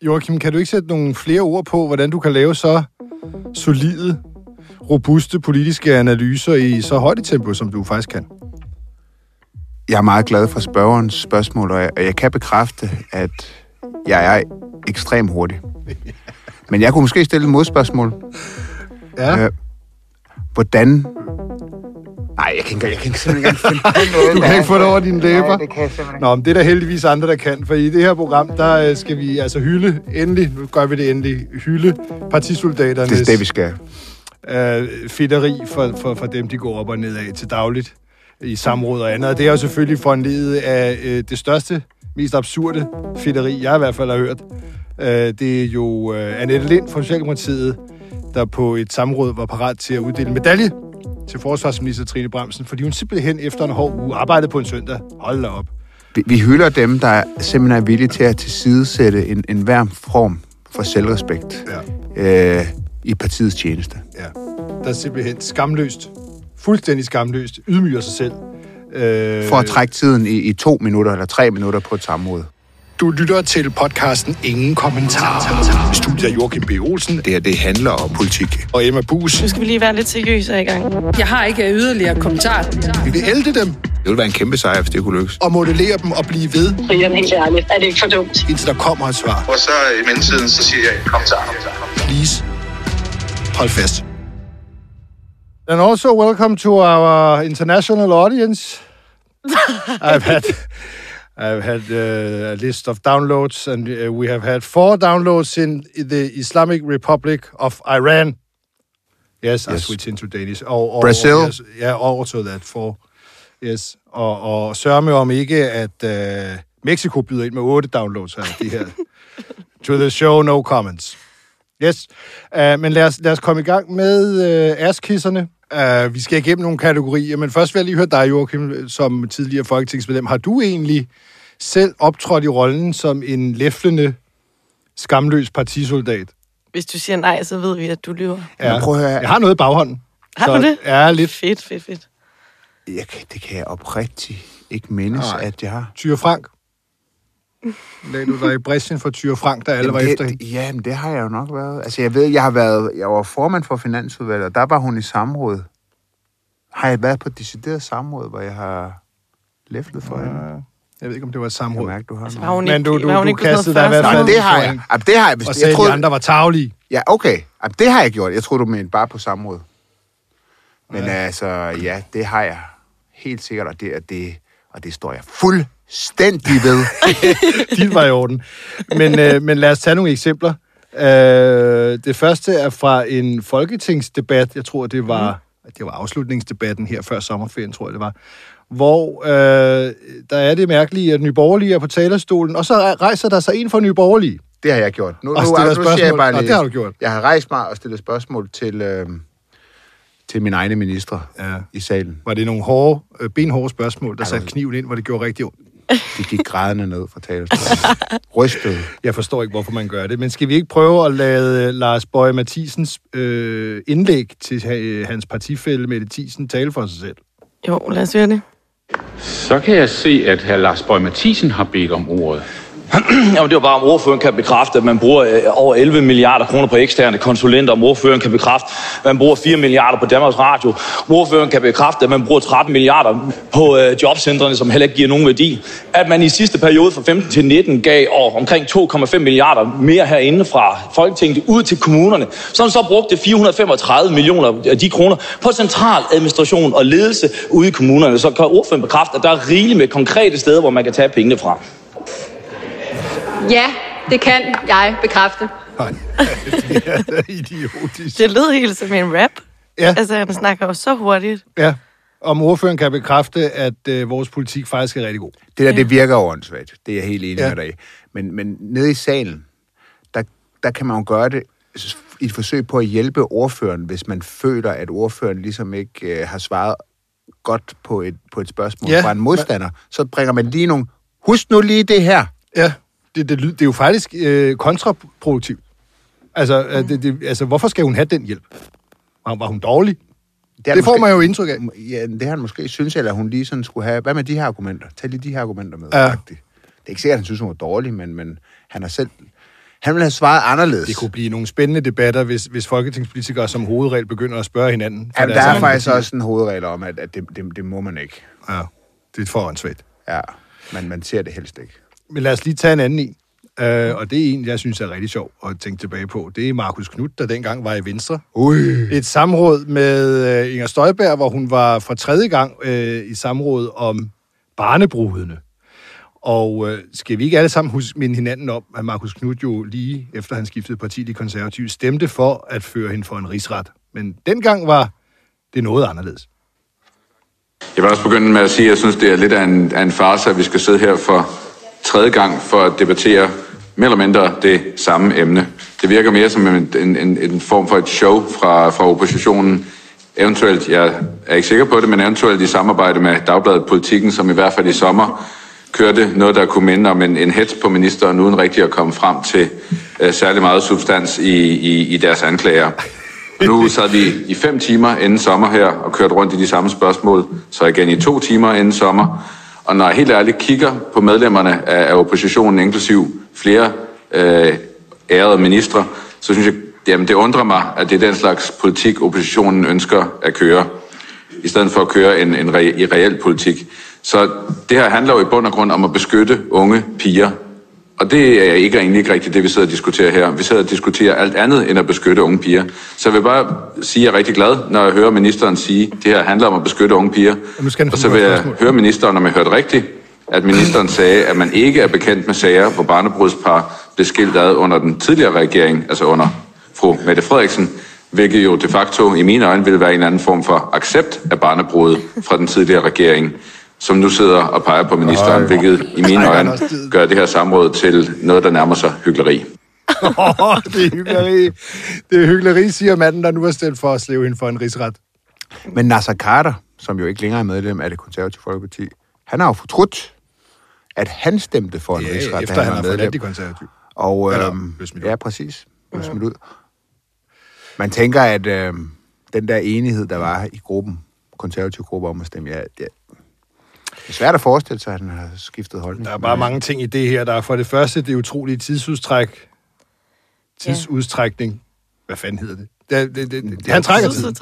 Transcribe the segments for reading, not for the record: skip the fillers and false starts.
Joachim, kan du ikke sætte nogle flere ord på, hvordan du kan lave så solide, robuste politiske analyser i så højt et tempo, som du faktisk kan? Jeg er meget glad for spørgerens spørgsmål, og jeg kan bekræfte, at jeg er ekstremt hurtig. Men jeg kunne måske stille et modspørgsmål. Ja. Hvordan... Nej, jeg kan simpelthen ikke finde noget. Du kan ikke få det over dine læber? Nej, det kan jeg simpelthen ikke. Nå, men det er der heldigvis andre, der kan. For i det her program, der skal vi altså hylde, endelig, nu gør vi det endelig, hylde partisoldaternes... Det er det, vi skal. Fedteri for dem, de går op og ned af til dagligt i samråd og andet. Og det er jo selvfølgelig foranledet af det største, mest absurde fedteri, jeg i hvert fald har hørt. Det er jo Annette Lind fra Socialdemokratiet, der på et samråd var parat til at uddele en medalje til forsvarsminister Trine Bramsen, fordi hun simpelthen efter en hård uge arbejdede på en søndag. Hold da op. Vi hylder dem, der simpelthen er villige til at tilsidesætte en hver form for selvrespekt i partiets tjeneste. Ja, der er simpelthen skamløst, fuldstændig skamløst, ydmyger sig selv. For at trække tiden i 2 minutter eller 3 minutter på et samråd. Du lytter til podcasten Ingen Kommentarer. Studiet Joachim B. Olsen. Det handler om politik. Og Emma Buus. Nu skal vi lige være lidt seriøse i gang. Jeg har ikke yderligere kommentarer. Vi vil ælde dem. Det ville være en kæmpe sejr, hvis det kunne lykkes. Og modellere dem og blive ved. Brian, helt ærligt. Er det ikke for dumt? Indtil der kommer et svar. Og så i mellemtiden, så siger jeg kommentarer. Please. Hold fast. And also welcome to our international audience. I've had a list of downloads, and we have had 4 downloads in the Islamic Republic of Iran. Yes. I switch into Danish. Brazil? Yes, yeah, also that 4. Yes. Og sørme om ikke, at Mexico byder ind med 8 downloads af de her. To the show, no comments. Yes. Men lad os komme i gang med ærskisserne. Vi skal igennem nogle kategorier, men først vil jeg lige høre dig, Joachim, som tidligere folketingsmedlem. Har du egentlig selv optrådt i rollen som en læflende, skamløs partisoldat? Hvis du siger nej, så ved vi, at du lyver. Ja. Jeg har noget i baghånden. Har du det? Ja, lidt. Fedt. Det kan jeg oprigtigt ikke mindes, at jeg har. Thyre Frank. Lagde du dig i bræschen for Thyre Frank, der alle var efter hende? Jamen, det har jeg jo nok været. Altså, jeg var formand for Finansudvalget, og der var hun i samråd. Har jeg været på et decideret samråd, hvor jeg har læflet for hende? Jeg ved ikke, om det var et samråd. Mærke, du har altså, var hun ikke, men du ikke kastede dig i hvert fald. Det har jeg. Det har jeg. Og sagde, at de andre var tarvelige. Ja, okay. Det har jeg gjort. Jeg tror du mente bare på samråd. Men altså, ja, det har jeg helt sikkert, og det står jeg fuldstændig ved. Dit var i orden. Men lad os tage nogle eksempler. Det første er fra en folketingsdebat. Jeg tror, det var afslutningsdebatten her før sommerferien, tror jeg, det var. Hvor der er det mærkelige, at Nye Borgerlige er på talerstolen, og så rejser der sig en fra Nye Borgerlige. Det har jeg gjort. Nu siger jeg bare lige, det har du gjort. Jeg har rejst mig og stillet spørgsmål til mine egne ministre i salen. Var det nogle benhårde spørgsmål, der satte kniven ind, hvor det gjorde rigtig ondt? De gik grædende ned fra talerstolen. Rystede. Jeg forstår ikke, hvorfor man gør det. Men skal vi ikke prøve at lade Lars Boje Mathiesens indlæg til hans partifælle Mette Thiesen tale for sig selv? Jo, lad os høre det. Så kan jeg se, at hr. Lars Boje Mathiesen har bedt om ordet. Jamen, det var bare, om ordføreren kan bekræfte, at man bruger over 11 milliarder kroner på eksterne konsulenter. Om ordføreren kan bekræfte, at man bruger 4 milliarder på Danmarks Radio. Om ordføreren kan bekræfte, at man bruger 13 milliarder på jobcentrene, som heller ikke giver nogen værdi. At man i sidste periode fra 15 til 19 gav omkring 2,5 milliarder mere herinde fra Folketinget ud til kommunerne, som så brugte 435 millioner af de kroner på central administration og ledelse ude i kommunerne. Så kan ordføreren bekræfte, at der er rigeligt med konkrete steder, hvor man kan tage pengene fra. Ja, det kan jeg bekræfte. Det er idiotisk. Det lød helt som en rap. Ja. Altså, han snakker jo så hurtigt. Ja, om ordføreren kan bekræfte, at vores politik faktisk er rigtig god. Det virker åndssvagt. Det er jeg helt enig med dig i. Men nede i salen, der kan man jo gøre det i et forsøg på at hjælpe ordføreren, hvis man føler, at ordføreren ligesom ikke har svaret godt på et spørgsmål fra en modstander. Så bringer man lige nogle... Husk nu lige det her. Ja, det er jo faktisk kontraproduktivt. Altså, hvorfor skal hun have den hjælp? Var hun dårlig? Det får man jo indtryk af. Ja, det har han måske synes, eller hun lige sådan skulle have... Hvad med de her argumenter? Tag lige de her argumenter med. Ja. Det er ikke sikkert, at han synes, hun var dårlig, men han Han ville have svaret anderledes. Det kunne blive nogle spændende debatter, hvis folketingspolitikere som hovedregel begynder at spørge hinanden. Ja, der er faktisk også en hovedregel om, at det må man ikke. Ja, det er for åndssvagt. Ja, men man ser det helst ikke. Men lad os lige tage en anden i. Og det er en, jeg synes er rigtig sjov at tænke tilbage på. Det er Marcus Knudt, der dengang var i Venstre. Et samråd med Inger Støjberg, hvor hun var for tredje gang i samråd om barnebrudene. Og skal vi ikke alle sammen minde hinanden om, at Marcus Knudt jo lige efter han skiftede parti, De Konservative, stemte for at føre hende for en rigsret. Men dengang var det noget anderledes. Jeg vil også begynde med at sige, at jeg synes, det er lidt af en farce, at vi skal sidde her for tredje gang for at debattere mere eller mindre det samme emne. Det virker mere som en form for et show fra oppositionen. Eventuelt, jeg er ikke sikker på det, men eventuelt i samarbejde med Dagbladet Politikken, som i hvert fald i sommer kørte noget, der kunne minde om en hets på ministeren, uden rigtig at komme frem til særlig meget substans i deres anklager. Nu sad vi i 5 timer inden sommer her og kørte rundt i de samme spørgsmål, så igen i 2 timer inden sommer. Og når jeg helt ærligt kigger på medlemmerne af oppositionen, inklusiv flere ærede ministre, så synes jeg, jamen det undrer mig, at det er den slags politik, oppositionen ønsker at køre, i stedet for at køre en reel politik. Så det her handler jo i bund og grund om at beskytte unge piger. Og det er egentlig ikke rigtigt det, vi sidder og diskuterer her. Vi sidder og diskuterer alt andet end at beskytte unge piger. Så jeg vil bare sige, at jeg er rigtig glad, når jeg hører ministeren sige, at det her handler om at beskytte unge piger. Og så vil jeg høre ministeren, om jeg hørte rigtigt, at ministeren sagde, at man ikke er bekendt med sager, hvor barnebrudspar blev skilt ad under den tidligere regering, altså under fru Mette Frederiksen, hvilket jo de facto i mine øjne ville være en anden form for accept af barnebrud fra den tidligere regering, som nu sidder og peger på ministeren, hvilket i mine øjne gør det her samråd til noget, der nærmer sig hykleri. Det er hykleri. Det er hykleri, siger manden, der nu har stemt for at slæve hende for en rigsret. Men Naser Khader, som jo ikke længere er medlem af Det Konservative Folkeparti, han har jo fortrudt, at han stemte for en rigsret, efter han har forladt De Konservative. Og, ja, præcis. Ud. Man tænker, at den der enighed, der var i gruppen, konservative gruppe om at stemme, det er svært at forestille sig, at han har skiftet holdning. Der er bare mange ting i det her. Der er for det første det utrolige tidsudstrækning. Hvad fanden hedder det? Han trækker tiden.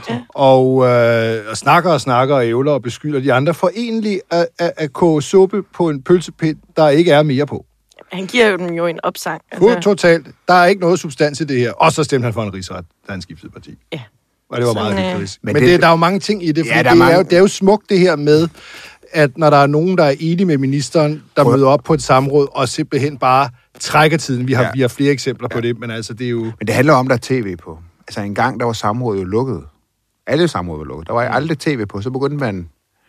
Og snakker og ævler og beskylder de andre for egentlig at koge suppe på en pølsepind, der ikke er mere på. Han giver jo dem jo en opsang. Totalt. Der er ikke noget substans i det her. Og så stemte han for en rigsret, da han skiftede parti. Ja. Og det var meget hyggeligt. Men der er jo mange ting i det, for det er jo smukt det her med, at når der er nogen, der er enige med ministeren, der møder op på et samråd, og simpelthen bare trækker tiden. Vi har flere eksempler på det, men altså det er jo... Men det handler om, der er tv på. Altså en gang, der var samrådet jo lukket. Alle samråd var lukket. Der var aldrig tv på. Så begyndte man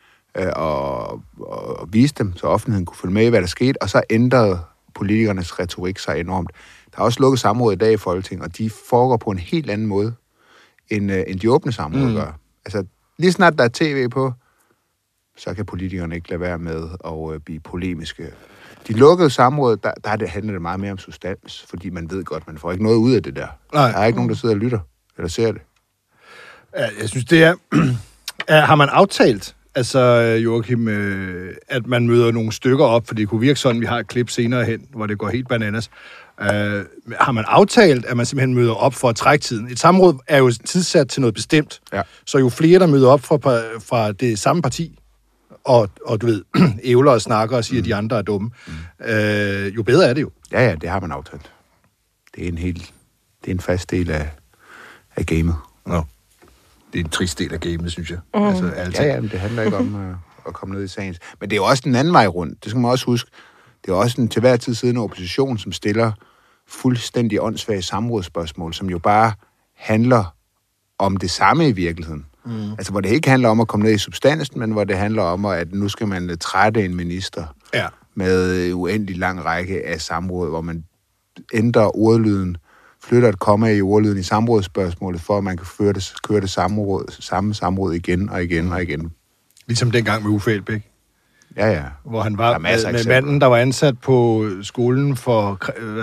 at vise dem, så offentligheden kunne følge med i, hvad der skete, og så ændrede politikernes retorik sig enormt. Der er også lukket samråd i dag i Folketinget, og de foregår på en helt anden måde, end de åbne samråd gør. Altså lige snart der er tv på, så kan politikerne ikke lade være med at blive polemiske. De lukkede samråd, der handler det meget mere om substans, fordi man ved godt, man får ikke noget ud af det der. Nej. Der er ikke nogen, der sidder og lytter, eller ser det. Ja, jeg synes, det er... har man aftalt, altså Joachim, at man møder nogle stykker op, for det kunne virke sådan, vi har et klip senere hen, hvor det går helt bananas. Har man aftalt, at man simpelthen møder op for at trække tiden? Et samråd er jo tidssat til noget bestemt, så jo flere, der møder op fra det samme parti, og du ved, ævler og snakker og siger, at de andre er dumme, jo bedre er det jo. Ja, det har man aftalt. Det er en fast del af gamet. Nå. Det er en trist del af gamet, synes jeg. Altså, men det handler ikke om at komme ned i sagen. Men det er jo også den anden vej rundt. Det skal man også huske. Det er også en til hver tid siddende opposition, som stiller fuldstændig åndssvage samrådsspørgsmål, som jo bare handler om det samme i virkeligheden. Altså, hvor det ikke handler om at komme ned i substansen, men hvor det handler om, at nu skal man trætte en minister med en uendelig lang række af samråd, hvor man ændrer ordlyden, flytter et komma i ordlyden i samrådsspørgsmålet, for at man kan køre det samme samråd igen og igen og igen. Ligesom dengang med Uffe Elbæk. Ja. Hvor han var med manden, der var ansat på skolen for,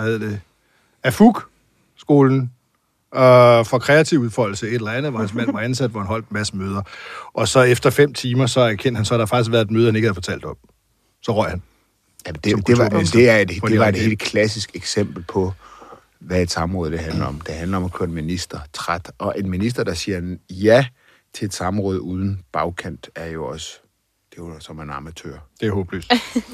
AFUG-skolen, for kreativ udfoldelse, et eller andet, hvor hans mand var ansat, hvor han holdt en masse møder. Og så efter 5 timer, så erkendte han så, at der faktisk været et møde, han ikke havde fortalt om. Så røg han. Ja, det var et helt klassisk eksempel på hvad et samråd det handler om. Det handler om at køre en minister træt. Og en minister, der siger ja til et samråd uden bagkant, er jo også, det er jo som en amatør. Det er håbløst.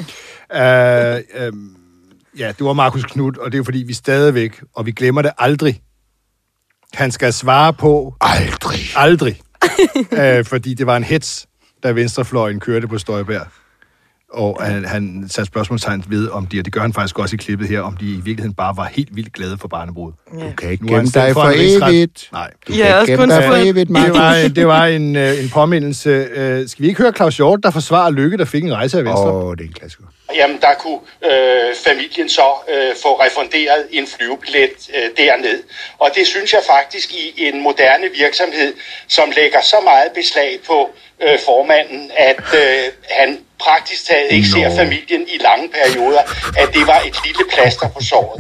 Ja, det var Marcus Knudt, og det er jo fordi, vi stadigvæk, og vi glemmer det aldrig, han skal svare på... Aldrig. Fordi det var en hets, da venstrefløjen kørte på Støjberg. Og han satte spørgsmålstegn ved, om de, og det gør han faktisk også i klippet her, om de i virkeligheden bare var helt vildt glade for barnebrud. Du kan ikke gemme dig for evigt. Nej. Du kan ikke gemme dig for evigt, Marcus. Det var en påmindelse. Skal vi ikke høre Claus Hjort, der forsvarer Lykke, der fik en rejse af Venstre? Det er en klassiker. Jamen, der kunne familien så få refunderet en flyvebillet derned. Og det synes jeg faktisk i en moderne virksomhed, som lægger så meget beslag på formanden, at han praktisk taget ikke ser familien i lange perioder, at det var et lille plaster på såret.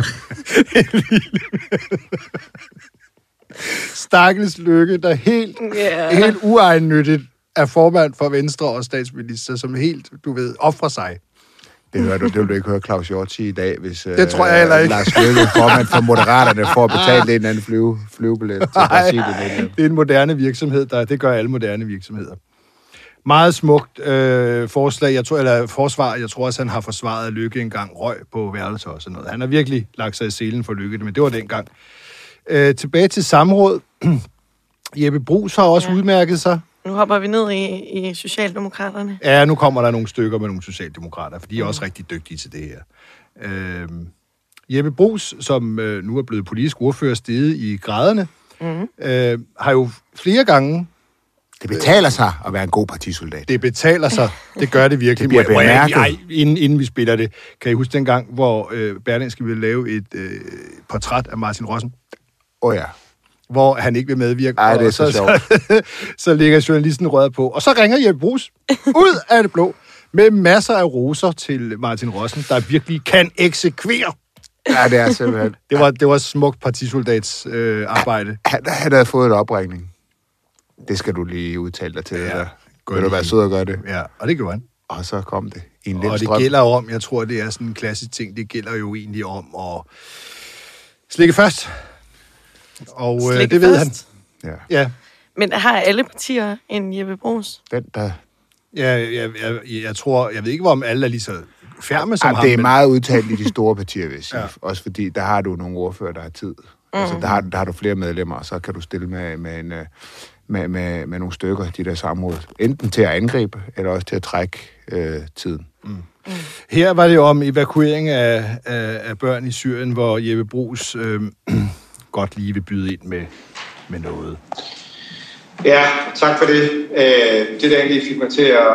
Stakkels Lykke, der helt uegennyttigt er formand for Venstre og statsminister, som helt, du ved, offrer sig. Det vil du ikke høre Claus Hjort sige i dag, hvis det tror jeg heller ikke. Lars Løkke, formand for Moderaterne, får betalt en eller anden flyvebillet til Brasilien. Det er en moderne virksomhed, det gør alle moderne virksomheder. Meget smukt forslag, forsvar. Jeg tror også, han har forsvaret Lykke engang, røg på værelser og sådan noget. Han har virkelig lagt sig i selen for Lykke, men det var dengang. Tilbage til samråd. Jeppe Bruus har også udmærket sig. Nu hopper vi ned i Socialdemokraterne. Ja, nu kommer der nogle stykker med nogle socialdemokrater, for de er også rigtig dygtige til det her. Jeppe Bruus, som nu er blevet politisk ordfører steget i graderne, har jo flere gange... Det betaler sig at være en god partisoldat. Det betaler sig. Det gør det virkelig. Det bliver bemærket. Inden vi spiller det, kan I huske dengang, hvor Berlingske ville lave et portræt af Martin Rossen? Ja. Hvor han ikke vil medvirke. Ej, det er så sjovt. Så ligger journalisten røret på. Og så ringer Jeppe Bruus ud af det blå med masser af roser til Martin Rossen, der virkelig kan eksekvere. Ja, det er simpelthen. Det var smukt partisoldats arbejde. Han havde fået en opringning. Det skal du lige udtale dig til. Ja, vil du være sød at gøre det? Ja, og det gjorde han. Og så kom det i en og lidt det strøm. Gælder jo om, jeg tror, det er sådan en klassisk ting, det gælder jo egentlig om at slikke først. Og det ved han. Ja. Men har alle partier en Jeppe Bruus? Den der... Jeg tror, jeg ved ikke, om alle er lige så færme som ham. Det er meget udtalt i de store partier, vil jeg sige. Ja. Også fordi, der har du nogle ordfører, der har tid. Altså, der har du flere medlemmer, og så kan du stille med nogle stykker, de der samråd. Enten til at angribe, eller også til at trække tiden. Her var det jo om evakuering af børn i Syrien, hvor Jeppe Bruus godt lige vil byde ind med noget. Ja, tak for det. Det, der egentlig fik mig til at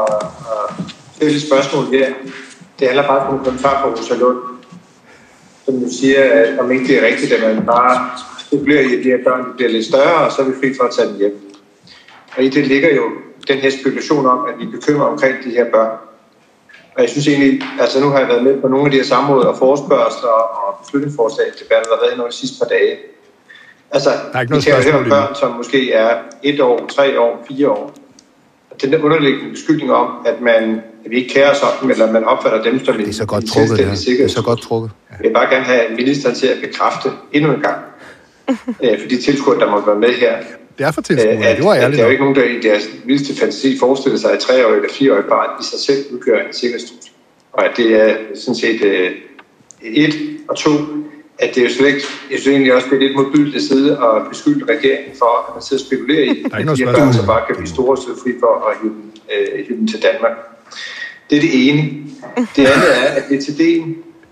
stille et spørgsmål her, det handler bare om en kommentar fra Rosa Lund, som jo siger, at om ikke det er rigtigt, at man bare spekulerer i, at de her børn bliver lidt større, og så er vi fri for at tage dem hjem. Og i det ligger jo den her spekulation om, at vi bekymrer omkring de her børn. Og jeg synes egentlig, altså nu har jeg været med på nogle af de her samråd og forespørgsler og beslutningsforslag i debatten, der har været nogle de sidste par dage. Altså, vi kan jo høre om børn, som måske er 1 år, 3 år, 4 år. Og den der underliggende beskyldning om, at vi ikke kærer os om dem, eller man opfatter dem som en selvstændig sikkerhed. Det er så godt trukket. Jeg vil bare gerne have ministeren til at bekræfte endnu en gang, for de tilskuere, der må være med her. Det er for tilskuere, det var ærligt. Der er jo ikke nogen, der i deres vildeste fantasi forestiller sig, at 3-årige eller 4-årige barn i sig selv udgør en sikkerhedstrussel. Og at det er sådan set 1 og 2, at det er jo slet ikke, jeg synes egentlig også, det er lidt modbydeligt at sidde og beskylde regeringen for, at man sidder og spekulerer i, at de her børn så bare kan blive store og fri for at hive dem til Danmark. Det er det ene. Det andet er, at DTD'en,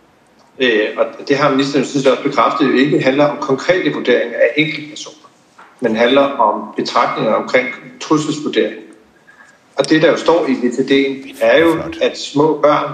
og det har ministeren synes også bekræftet, jo ikke handler om konkrete vurderinger af enkeltpersoner, men handler om betragtninger omkring trusselsvurdering. Og det, der jo står i DTD'en, er jo, at små børn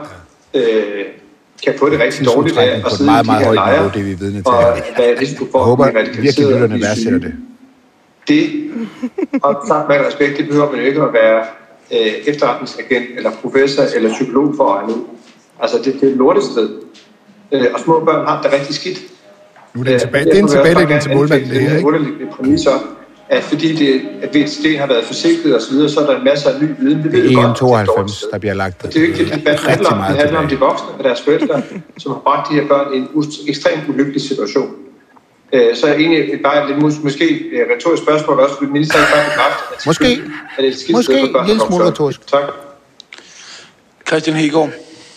kan få det rigtig dårligt af at sidde i de her lejre, og hvad risiko for at blive radikaliseret og blive syge. Det, og sagt med respekt, det behøver man jo ikke at være efterretningsagent, eller professor, eller psykolog for at nu. Altså, det er et lortested. Og små børn har det rigtig skidt. Nu er det en tilbagelægning til målmanden, det her, ikke? Underliggende præmisser, at fordi at VTD har været forsinket osv., så er der en masse af ny viden. Det ved vi godt. Det er EM92, der bliver lagt. Det er jo ikke det, debat handler om. Det handler om de voksne og deres forældre, som har bragt de her børn i en ekstremt ulykkelig situation. Så er egentlig bare lidt måske retorisk spørgsmål også, vil ministeren ikke bare bekræfte, Måske en lille smule retorisk. Tak. Kristian Hegaard.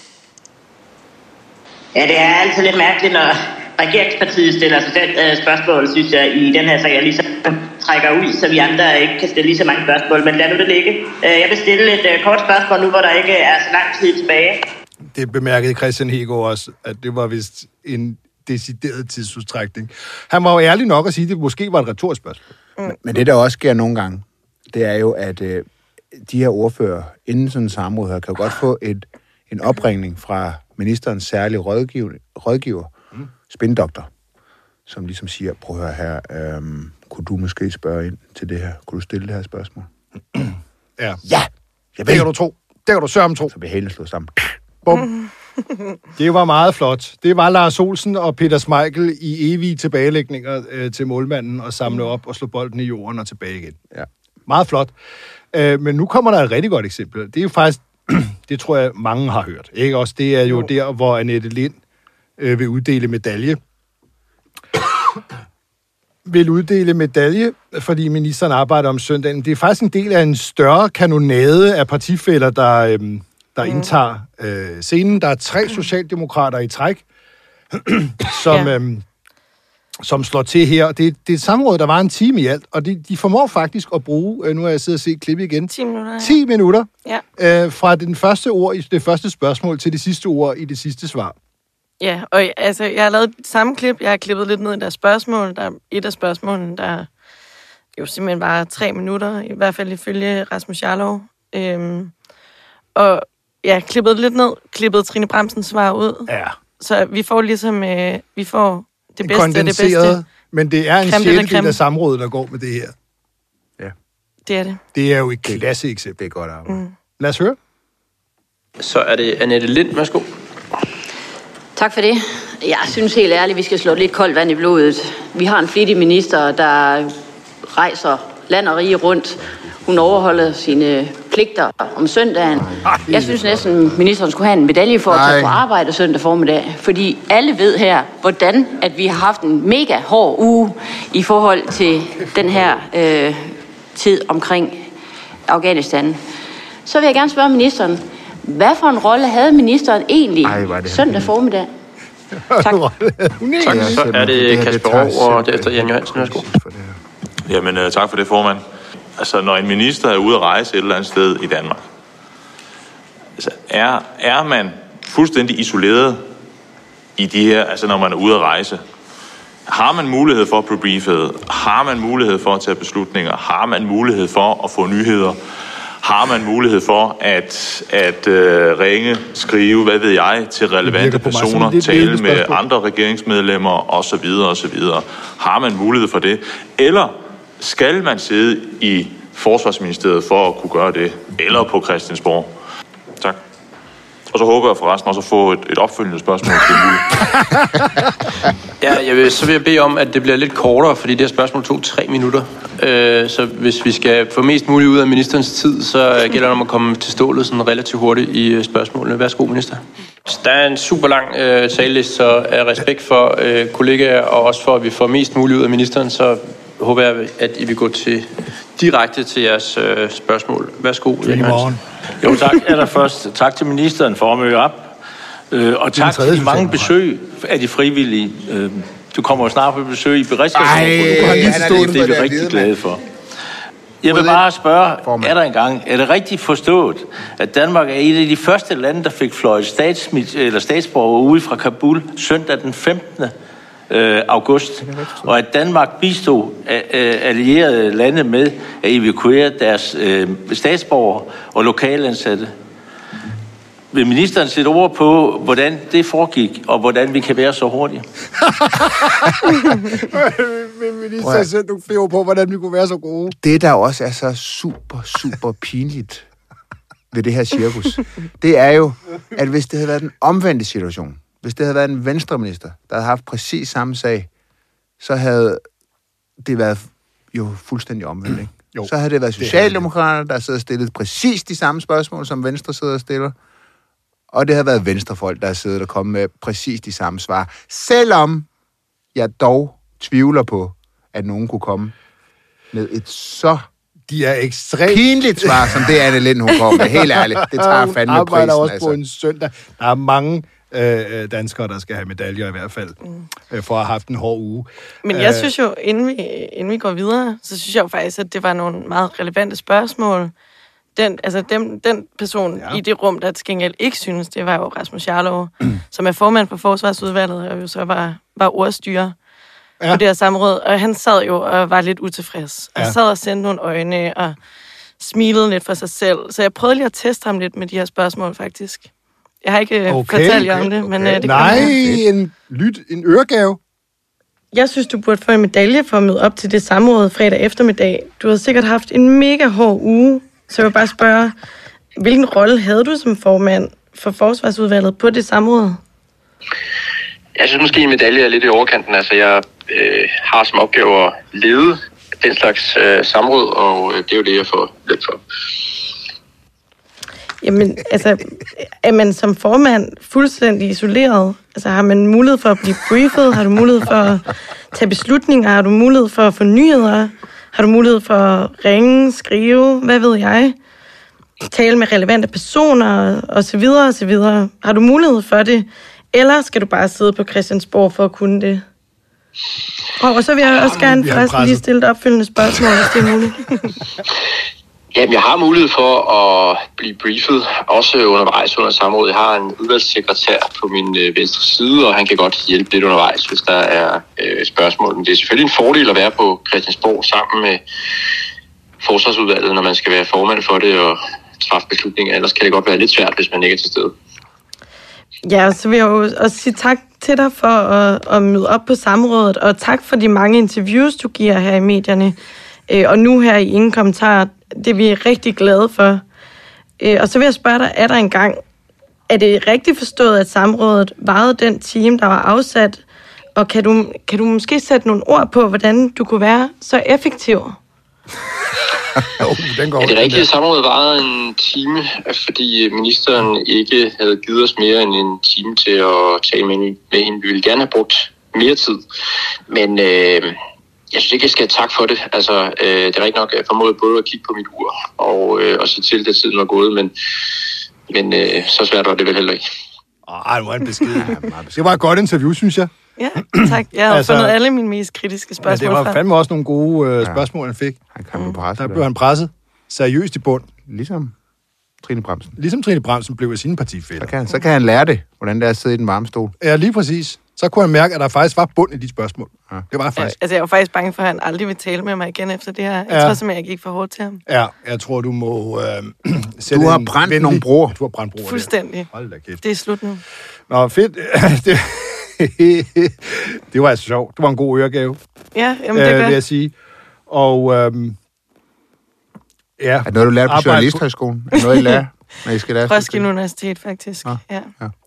Ja, det er altid lidt mærkeligt, når regeringspartiet stiller sig selv spørgsmål, synes jeg, i den her sag, og ligesom trækker ud, så vi andre ikke kan stille lige så mange spørgsmål. Men lad nu det ligge. Jeg vil stille et kort spørgsmål nu, hvor der ikke er så lang tid tilbage. Det bemærkede Kristian Hegaard også, at det var vist en decideret tidsudstrækning. Han var jo ærlig nok at sige, at det måske var et retorisk spørgsmål. Men det, der også sker nogle gange, det er jo, at de her ordfører inden sådan en samråd her, kan jo godt få en opringning fra ministerens særlige rådgiver, spindoktor, som ligesom siger, prøv at høre her, kunne du måske spørge ind til det her? Kunne du stille det her spørgsmål? Ja. Ja! Det kan du tro. Det kan du sørge om tro. Så bliver hælene slået sammen. Bum. Det var meget flot. Det var Lars Olsen og Peter Schmeichel i evige tilbagelægninger til målmanden og samle op og slå bolden i jorden og tilbage igen. Ja. Meget flot. Men nu kommer der et rigtig godt eksempel. Det er jo faktisk, det tror jeg mange har hørt. Ikke også? Det er jo der, hvor Annette Lind vil uddele medalje. Fordi ministeren arbejder om søndagen. Det er faktisk en del af en større kanonade af partifæller, der indtager scenen. Der er 3 socialdemokrater i træk, som slår til her. Det er et samråd, der var en time i alt, og de formår faktisk at bruge, nu har jeg siddet og set klippet igen, 10 minutter. 10 minutter fra den første ord i det første spørgsmål til det sidste ord i det sidste svar. Ja, og altså, jeg har lavet samme klip. Jeg har klippet lidt ned i deres spørgsmål. Der er et af spørgsmålene, der jo simpelthen bare 3 minutter, i hvert fald ifølge Rasmus Jarlov. Og ja, klippet lidt ned, klippet Trine Bramsens svar ud. Ja. Så vi får ligesom, vi får det bedste af det bedste. Men det er en sjældent af samrådet, der går med det her. Ja. Det er det. Det er jo et klasse eksempel. Det er godt arbejde. Lad os høre. Så er det Annette Lind. Værsgo. Tak for det. Jeg synes helt ærligt, vi skal slå lidt koldt vand i blodet. Vi har en flittig minister, der rejser land og rige rundt. Hun overholder sine pligter om søndagen. Jeg synes næsten, ministeren skulle have en medalje for at tage på arbejde søndag formiddag. Fordi alle ved her, hvordan at vi har haft en mega hård uge i forhold til den her tid omkring Afghanistan. Så vil jeg gerne spørge ministeren, hvad for en rolle havde ministeren egentlig søndag formiddag? Tak. Tak. Så er det Kasper Roug, og derefter Jan Johansen. Værsgo. Jamen, tak for det, formand. Altså, når en minister er ude at rejse et eller andet sted i Danmark, altså, er man fuldstændig isoleret i de her, altså når man er ude at rejse? Har man mulighed for at blive briefet? Har man mulighed for at tage beslutninger? Har man mulighed for at få nyheder? Har man mulighed for at ringe, skrive, hvad ved jeg, til relevante personer, tale med andre regeringsmedlemmer osv. osv.? Har man mulighed for det? Eller skal man sidde i Forsvarsministeriet for at kunne gøre det? Eller på Christiansborg? Tak. Og så håber jeg forresten også at få et opfølgende spørgsmål til Ja, så vil jeg bede om, at det bliver lidt kortere, fordi det her spørgsmål tog 3 minutter. Så hvis vi skal få mest muligt ud af ministerens tid, så gælder det om at komme til stålet sådan relativt hurtigt i spørgsmålene. Værsgo, minister. Der er en super lang taleliste, så af respekt for kollegaer, og også for, at vi får mest muligt ud af ministeren, så håber jeg, at I vil gå direkte til jeres spørgsmål. Værsgo, Jan Johansen. Jo, tak. Allerførst tak til ministeren for at møde op. Og tak til de mange besøg af de frivillige. Du kommer jo snart på besøg i beredskabsområdet. Det er vi rigtig glade for. Jeg vil bare spørge, er det rigtigt forstået, at Danmark er et af de første lande, der fik fløjet statsborgere ude fra Kabul søndag den 15. august, og at Danmark bistod allierede lande med at evakuere deres statsborgere og lokalansatte. Vil ministeren sætte ord på, hvordan det foregik, og hvordan vi kan være så hurtige? Vil ministeren sætte nogle flere ord på, hvordan vi kunne være så gode? Det, der også er så super pinligt ved det her cirkus, det er jo, at hvis det havde været den omvendte situation, hvis det havde været en venstreminister, der havde haft præcis samme sag, så havde det været jo fuldstændig omvendt, ikke? Jo, så havde det været Socialdemokraterne, der sidder og stillet præcis de samme spørgsmål, som Venstre sidder og stiller. Og det havde været Venstrefolk, der sidder og kommet med præcis de samme svar. Selvom jeg dog tvivler på, at nogen kunne komme med et så de er ekstremt pinligt svar, som det Anne Lind, hun kommer med. Helt ærligt, det tager fandme prisen. Hun arbejder også på en søndag. Der er mange danskere, der skal have medaljer i hvert fald, for at have haft en hård uge. Men jeg synes jo, inden vi går videre, så synes jeg jo faktisk, at det var nogle meget relevante spørgsmål. Den person i det rum, der til gengæld ikke synes, det var jo Rasmus Jarlov, som er formand for Forsvarsudvalget, og jo så var ordstyrer på det her samråd. Og han sad jo og var lidt utilfreds. Og sad og sendte nogle øjne og smilede lidt for sig selv. Så jeg prøvede lige at teste ham lidt med de her spørgsmål, faktisk. Jeg har ikke fortalt jer om det, men det en øregave. Jeg synes, du burde få en medalje for at møde op til det samråd fredag eftermiddag. Du har sikkert haft en mega hård uge, så jeg vil bare spørge, hvilken rolle havde du som formand for Forsvarsudvalget på det samråd? Jeg synes måske, en medalje er lidt i overkanten. Altså, jeg har som opgave at lede den slags samråd, og det er jo det, jeg får lidt for. Jamen, altså, er man som formand fuldstændig isoleret? Altså, har man mulighed for at blive briefet? Har du mulighed for at tage beslutninger? Har du mulighed for at få nyheder? Har du mulighed for at ringe, skrive? Hvad ved jeg? Tale med relevante personer, og så videre, og så videre. Har du mulighed for det? Eller skal du bare sidde på Christiansborg for at kunne det? Og så vil jeg også gerne forresten lige stille et opfølgende spørgsmål, hvis det er muligt. Jamen, jeg har mulighed for at blive briefet, også undervejs under samrådet. Jeg har en udvalgssekretær på min venstre side, og han kan godt hjælpe lidt undervejs, hvis der er spørgsmål. Men det er selvfølgelig en fordel at være på Christiansborg sammen med Forsvarsudvalget, når man skal være formand for det og træffe beslutninger. Ellers kan det godt være lidt svært, hvis man ikke er til stede. Ja, så vil jeg jo også sige tak til dig for at møde op på samrådet, og tak for de mange interviews, du giver her i medierne. Og nu her i Ingen Kommentarer, det er vi rigtig glade for. Og så vil jeg spørge dig, er det rigtigt forstået, at samrådet varede den time, der var afsat? Og kan du måske sætte nogle ord på, hvordan du kunne være så effektiv? Det er rigtigt, at samrådet varede en time, fordi ministeren ikke havde givet os mere end en time til at tale med hende. Vi ville gerne have brugt mere tid, men jeg synes ikke, jeg skal have tak for det. Altså, det er rigtigt nok, at jeg formåede både at kigge på mit ur og se til, at tiden var gået, men så svært var det vel heller ikke. Ej, nu er en besked. Det var et godt interview, synes jeg. Ja, tak. Jeg har fundet alle mine mest kritiske spørgsmål fra. Det var fandme også nogle gode spørgsmål, han fik. Der blev han presset seriøst i bund. Ligesom Trine Bramsen. Ligesom Trine Bramsen blev af sine partifæller. Så kan han lære det, hvordan det er at sidde i den varme stol. Ja, lige præcis. Så kunne han mærke, at der faktisk var bund i de spørgsmål. Ja. Det var faktisk. Altså, jeg var faktisk bange for, at han aldrig vil tale med mig igen efter det her. Jeg tror simpelthen, jeg gik for hårdt til ham. Ja, jeg tror, du må sætte Du har brændt nogle broer. Du har brændt broer. Fuldstændig. Hold da kæft. Det er slut nu. Nå, fedt. Det var altså sjovt. Det var en god øregave. Ja, jamen det gør. Vil jeg sige. Og er det noget, du lærer på Journalisthøjskolen? Er det noget, I lærer, når I skal lære? Roskilde Universitet, faktisk. Ja.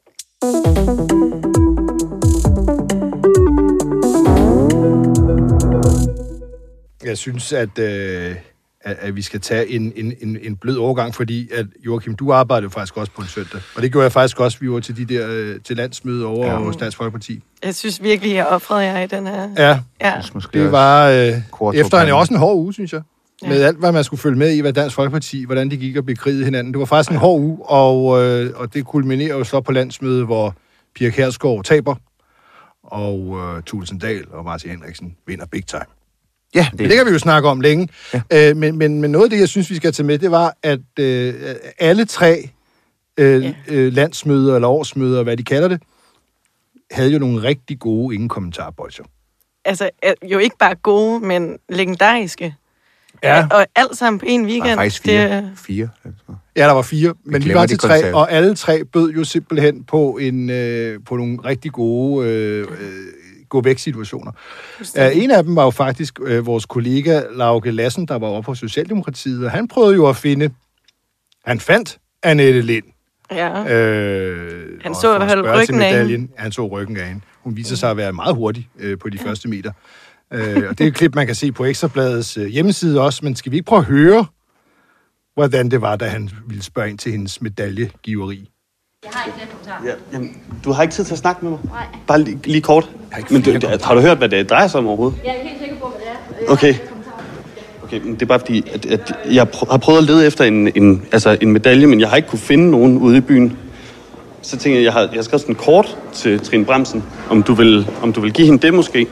Jeg synes, at vi skal tage en blød overgang, fordi at Joachim, du arbejdede faktisk også på en søndag. Og det gjorde jeg faktisk også, vi var til de der til landsmøde over hos Dansk Folkeparti. Jeg synes virkelig, jeg offrede jer i den her. Ja. Det var efter også en hård uge, synes jeg. Ja. Med alt, hvad man skulle følge med i, hvad Dansk Folkeparti, hvordan de gik og bekrigede hinanden. Det var faktisk en hård uge, og det kulminerer jo så på landsmødet, hvor Pia Kjærsgaard taber, og Thulesen Dahl og Martin Henriksen vinder big time. Ja, det kan vi jo snakke om længe. Ja. Men noget af det, jeg synes, vi skal tage med, det var, at alle tre landsmøder eller årsmøder, hvad de kalder det, havde jo nogle rigtig gode ingen kommentarbolcher. Altså, jo ikke bare gode, men legendariske. Ja. Og alt sammen på en weekend. Der var faktisk fire. Ja, der var 4, men vi var til 3, og alle 3 bød jo simpelthen på på nogle rigtig gode gå-væk-situationer. En af dem var jo faktisk vores kollega Lauke Lassen, der var oppe på Socialdemokratiet, og han prøvede jo at Han fandt Annette Lind. Ja. Han så i hvert fald ryggen af hende. Han så ryggen af hende. Hun viser sig at være meget hurtig på de første meter. Og det er et klip, man kan se på Ekstrabladets hjemmeside også, men skal vi ikke prøve at høre, hvordan det var, da han ville spørge ind til hendes medaljegiveri? Jeg har ikke flere kommentarer. Ja, jamen, du har ikke tid til at snakke med mig? Nej. Bare lige kort. Men har du hørt, hvad det drejer sig om overhovedet? Jeg er ikke helt sikker på, hvad det er. Okay, men det er bare fordi, at jeg har prøvet at lede efter en medalje, men jeg har ikke kunne finde nogen ude i byen. Så tænker jeg har skrevet sådan en kort til Trine Bramsen, om du vil give hende det måske?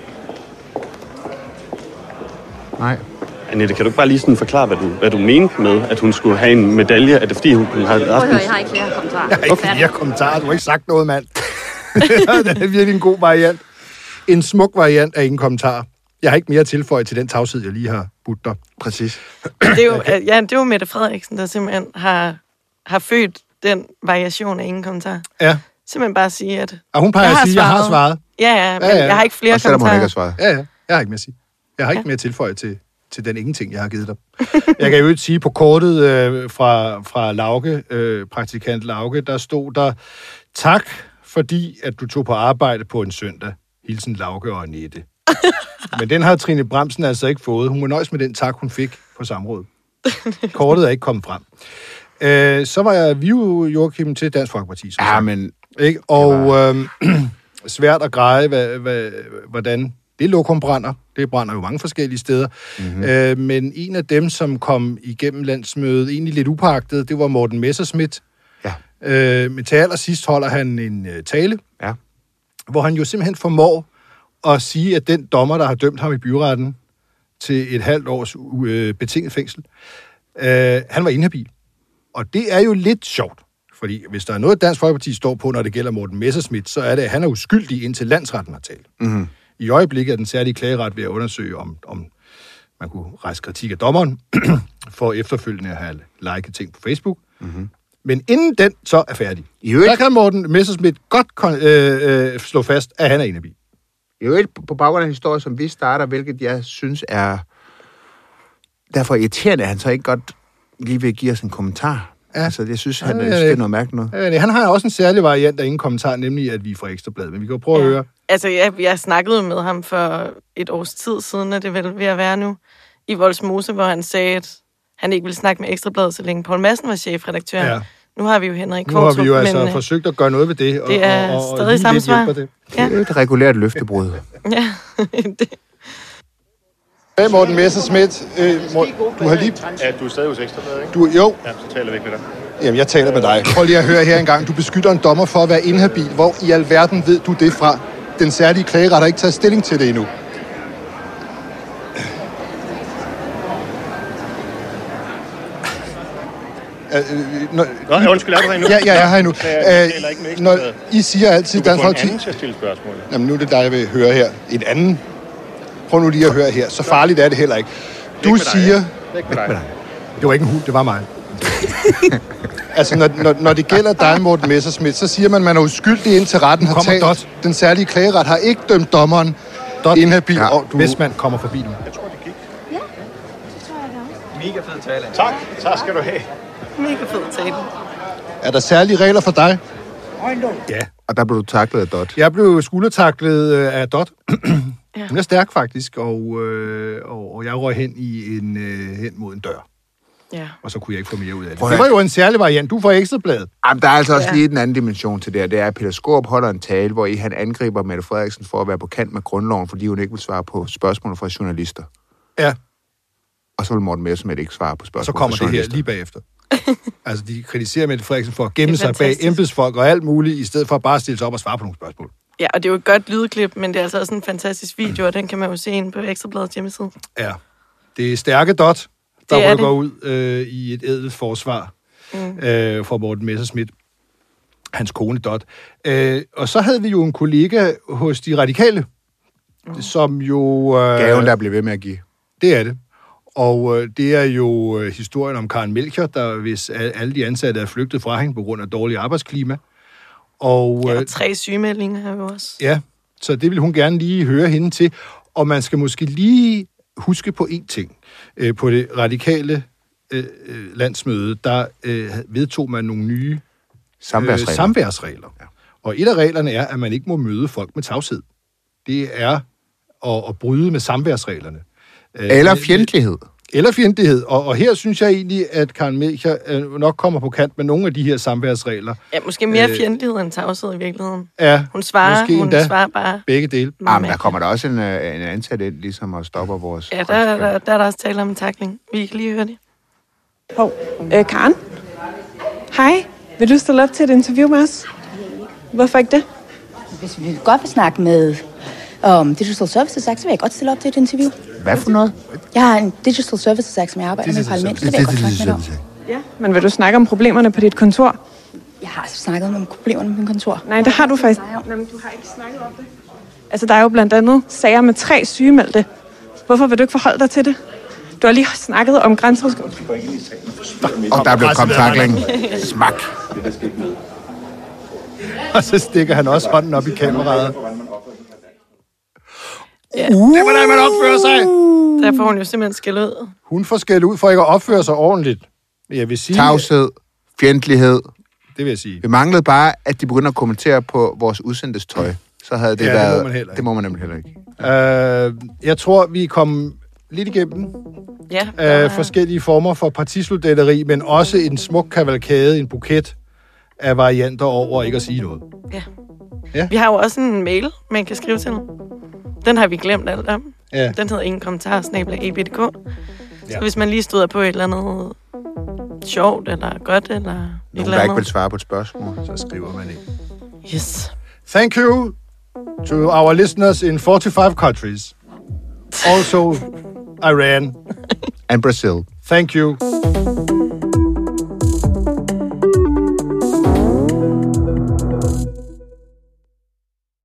Nej. Annette, kan du ikke bare lige sådan forklare, hvad du mente med, at hun skulle have en medalje? Er det fordi, hun har haft... Jeg har ikke flere kommentarer. Jeg har ikke flere kommentarer. Du har ikke sagt noget, mand. Det er virkelig en god variant. En smuk variant af ingen kommentar. Jeg har ikke mere tilføjet til den tavshed, jeg lige har budt dig. Præcis. Det er jo Mette Frederiksen, der simpelthen har født den variation af ingen kommentar. Ja. Simpelthen bare sige, at... Og hun plejer at sige, at jeg har svaret. Ja, men jeg har ikke flere kommentarer. Hun ikke har svaret. Ja, jeg har ikke mere at sige. Jeg har ikke mere tilføjet til den ingenting, jeg har givet dig. Jeg kan jo ikke sige, på kortet fra Lauke, praktikant Lauke, der stod der, tak fordi, at du tog på arbejde på en søndag. Hilsen Lauke og Annette. Men den har Trine Bramsen altså ikke fået. Hun må nøjes med den tak, hun fik på samrådet. Kortet er ikke kommet frem. Så var vi jo, Joachim, til Dansk Folkeparti. Ja, men... Ikke? Og svært at greje, hvordan det lokum brænder. Det brænder jo mange forskellige steder. Mm-hmm. Men en af dem, som kom igennem landsmødet, egentlig lidt upagtet, det var Morten Messerschmidt. Ja. Men til allersidst holder han en tale, ja, hvor han jo simpelthen formår at sige, at den dommer, der har dømt ham i byretten til et halvt års betinget fængsel, han var inhabil. Og det er jo lidt sjovt, fordi hvis der er noget, Dansk Folkeparti står på, når det gælder Morten Messerschmidt, så er det, at han er uskyldig, indtil landsretten har talt. Mm-hmm. I øjeblikket er den særlige klageret ved at undersøge, om man kunne rejse kritik af dommeren, for efterfølgende at have liket ting på Facebook. Mm-hmm. Men inden den så er færdig, der kan Morten Messerschmidt godt slå fast, at han er inhabil. I øvrigt på baggrund af en historie, som vi starter, hvilket jeg synes er derfor irriterende, at han så ikke godt lige vil give os en kommentar. Ja. Altså, jeg synes, det er noget mærkeligt noget. Han har også en særlig variant af ingen kommentar, nemlig at vi er fra Ekstrabladet, men vi kan jo prøve at høre. Altså, jeg snakkede med ham for et års tid siden, og det er vel ved at være nu, i Vollsmose, hvor han sagde, at han ikke ville snakke med Ekstrabladet, så længe Poul Madsen var chefredaktør. Ja. Nu har vi jo Henrik Kvartrup. Nu har vi jo altså forsøgt at gøre noget ved det. Det er stadig samme svar. Det er jo et regulært løftebrud. Ja, det. Hey Morten Messerschmidt, du har lige... Ja, du er stadig hos Ekstrabladet, ikke? Jo. Ja, så taler vi ikke med dig. Jamen, jeg taler med dig. Prøv lige at høre her engang. Du beskylder en dommer for at være inhabil. Hvor i alverden ved du det fra? Den særlige klageret har ikke taget stilling til det endnu. Undskyld, er du her endnu? Ja, jeg er her endnu. Når I siger altid... Du kan få en anden til at stille spørgsmål. Jamen, nu er det dig, jeg vil høre her. En anden. Prøv nu lige at høre her. Så farligt er det heller ikke. Du siger... Ikke med dig. Det var ikke en hund, det var mig. Altså, når det gælder dig, Morten Messerschmidt, så siger man er uskyldig indtil retten har talt. Den særlige klageret har ikke dømt dommeren inhabil. Ja, hvis man kommer forbi nu. Jeg tror, det gik. Ja, det tror jeg da også. Mega fed tale. Tak skal du have. Mega fed tale. Er der særlige regler for dig? Ja. Og der blev du taklet af Dot. Jeg blev skuldertaklet af Dot. Ja. Hun er stærk faktisk, og jeg røg hen mod en dør. Ja. Og så kunne jeg ikke få mere ud af det. Det var jo en særlig variant. Du får Ekstrabladet. Jamen, der er altså også lige en anden dimension til det. Det er, at Peter Skaarup holder en tale, hvor han angriber Mette Frederiksen for at være på kant med grundloven, fordi hun ikke vil svare på spørgsmål fra journalister. Ja. Og så vil Morten Messerschmidt ikke svare på spørgsmål fra journalister. Og så kommer det her lige bagefter. Altså, de kritiserer Mette Frederiksen for at gemme sig bag embedsfolk og alt muligt, i stedet for bare at stille sig op og svare på nogle spørgsmål. Ja, og det er jo et godt lydklip, men det er altså også en fantastisk video, og den kan man jo se inde på Ekstrabladets hjemmeside. Ja. Det er stærke Dot, der går ud i et ædelt forsvar for Morten Messerschmidt. Hans kone Dot. Og så havde vi jo en kollega hos de radikale, som jo... Gaven, der blev ved med at give. Det er det. Og det er jo historien om Karen Melchior, der hvis alle de ansatte er flygtet fra hende på grund af dårlig arbejdsklima. Og, 3 sygemeldinger har vi også. Ja, så det vil hun gerne lige høre hende til. Og man skal måske lige huske på én ting. På det radikale landsmøde, der vedtog man nogle nye samværsregler. Ja. Og et af reglerne er, at man ikke må møde folk med tavshed. Det er at bryde med samværsreglerne. Eller fjendtlighed. Eller fjendtlighed. Og her synes jeg egentlig, at Karen Melchior nok kommer på kant med nogle af de her samværsregler. Ja, måske mere fjendtlighed end tavshed i virkeligheden. Ja, hun svarer bare. Begge dele. Men der kommer der også en ansat ind, ligesom at stoppe vores... Ja, der er der også tale om en tackling. Vi kan lige høre det. Karen? Hej. Vil du stille op til et interview med os? Hvorfor ikke det? Hvis vi godt vil snakke med Digital Services Act, så vil jeg godt stille op til et interview. Hvad for noget? Jeg har en Digital Services Act, som jeg arbejder med i parlamentet. Det vil jeg godt snakke med om. Ja, men vil du snakke om problemerne på dit kontor? Jeg har altså snakket om problemerne på mit kontor. Nej, det har du faktisk. Nej, men du har ikke snakket om det. Altså, der er jo blandt andet sager med 3 sygemeldte. Hvorfor vil du ikke forholde dig til det? Du har lige snakket om grænseoverskridende. Og der blev kommet tackling. Smak. Og så stikker han også hånden op i kameraet. Ja. Det er, hvordan man opfører sig. Der får hun jo simpelthen skæld ud. Hun får skæld ud for ikke at opføre sig ordentligt. Jeg vil sige... Tavshed, fjendtlighed. Det vil jeg sige. Vi manglede bare, at de begynder at kommentere på vores udsendtes tøj. Så havde det været... Det må man nemlig heller ikke. Jeg tror, vi kom lidt igennem forskellige former for partislutdetteri, men også en smuk kavalkade, en buket af varianter over ikke at sige noget. Ja. Vi har jo også en mail, man kan skrive til. Den har vi glemt alt om. Ja. Den hedder ingenkommentar@eb.dk. Så hvis man lige støder på et eller andet sjovt eller godt eller et eller der andet. ikke vil svare på et spørgsmål, så skriver man ind. Yes. Thank you to our listeners in 45 countries. Also Iran and Brazil. Thank you.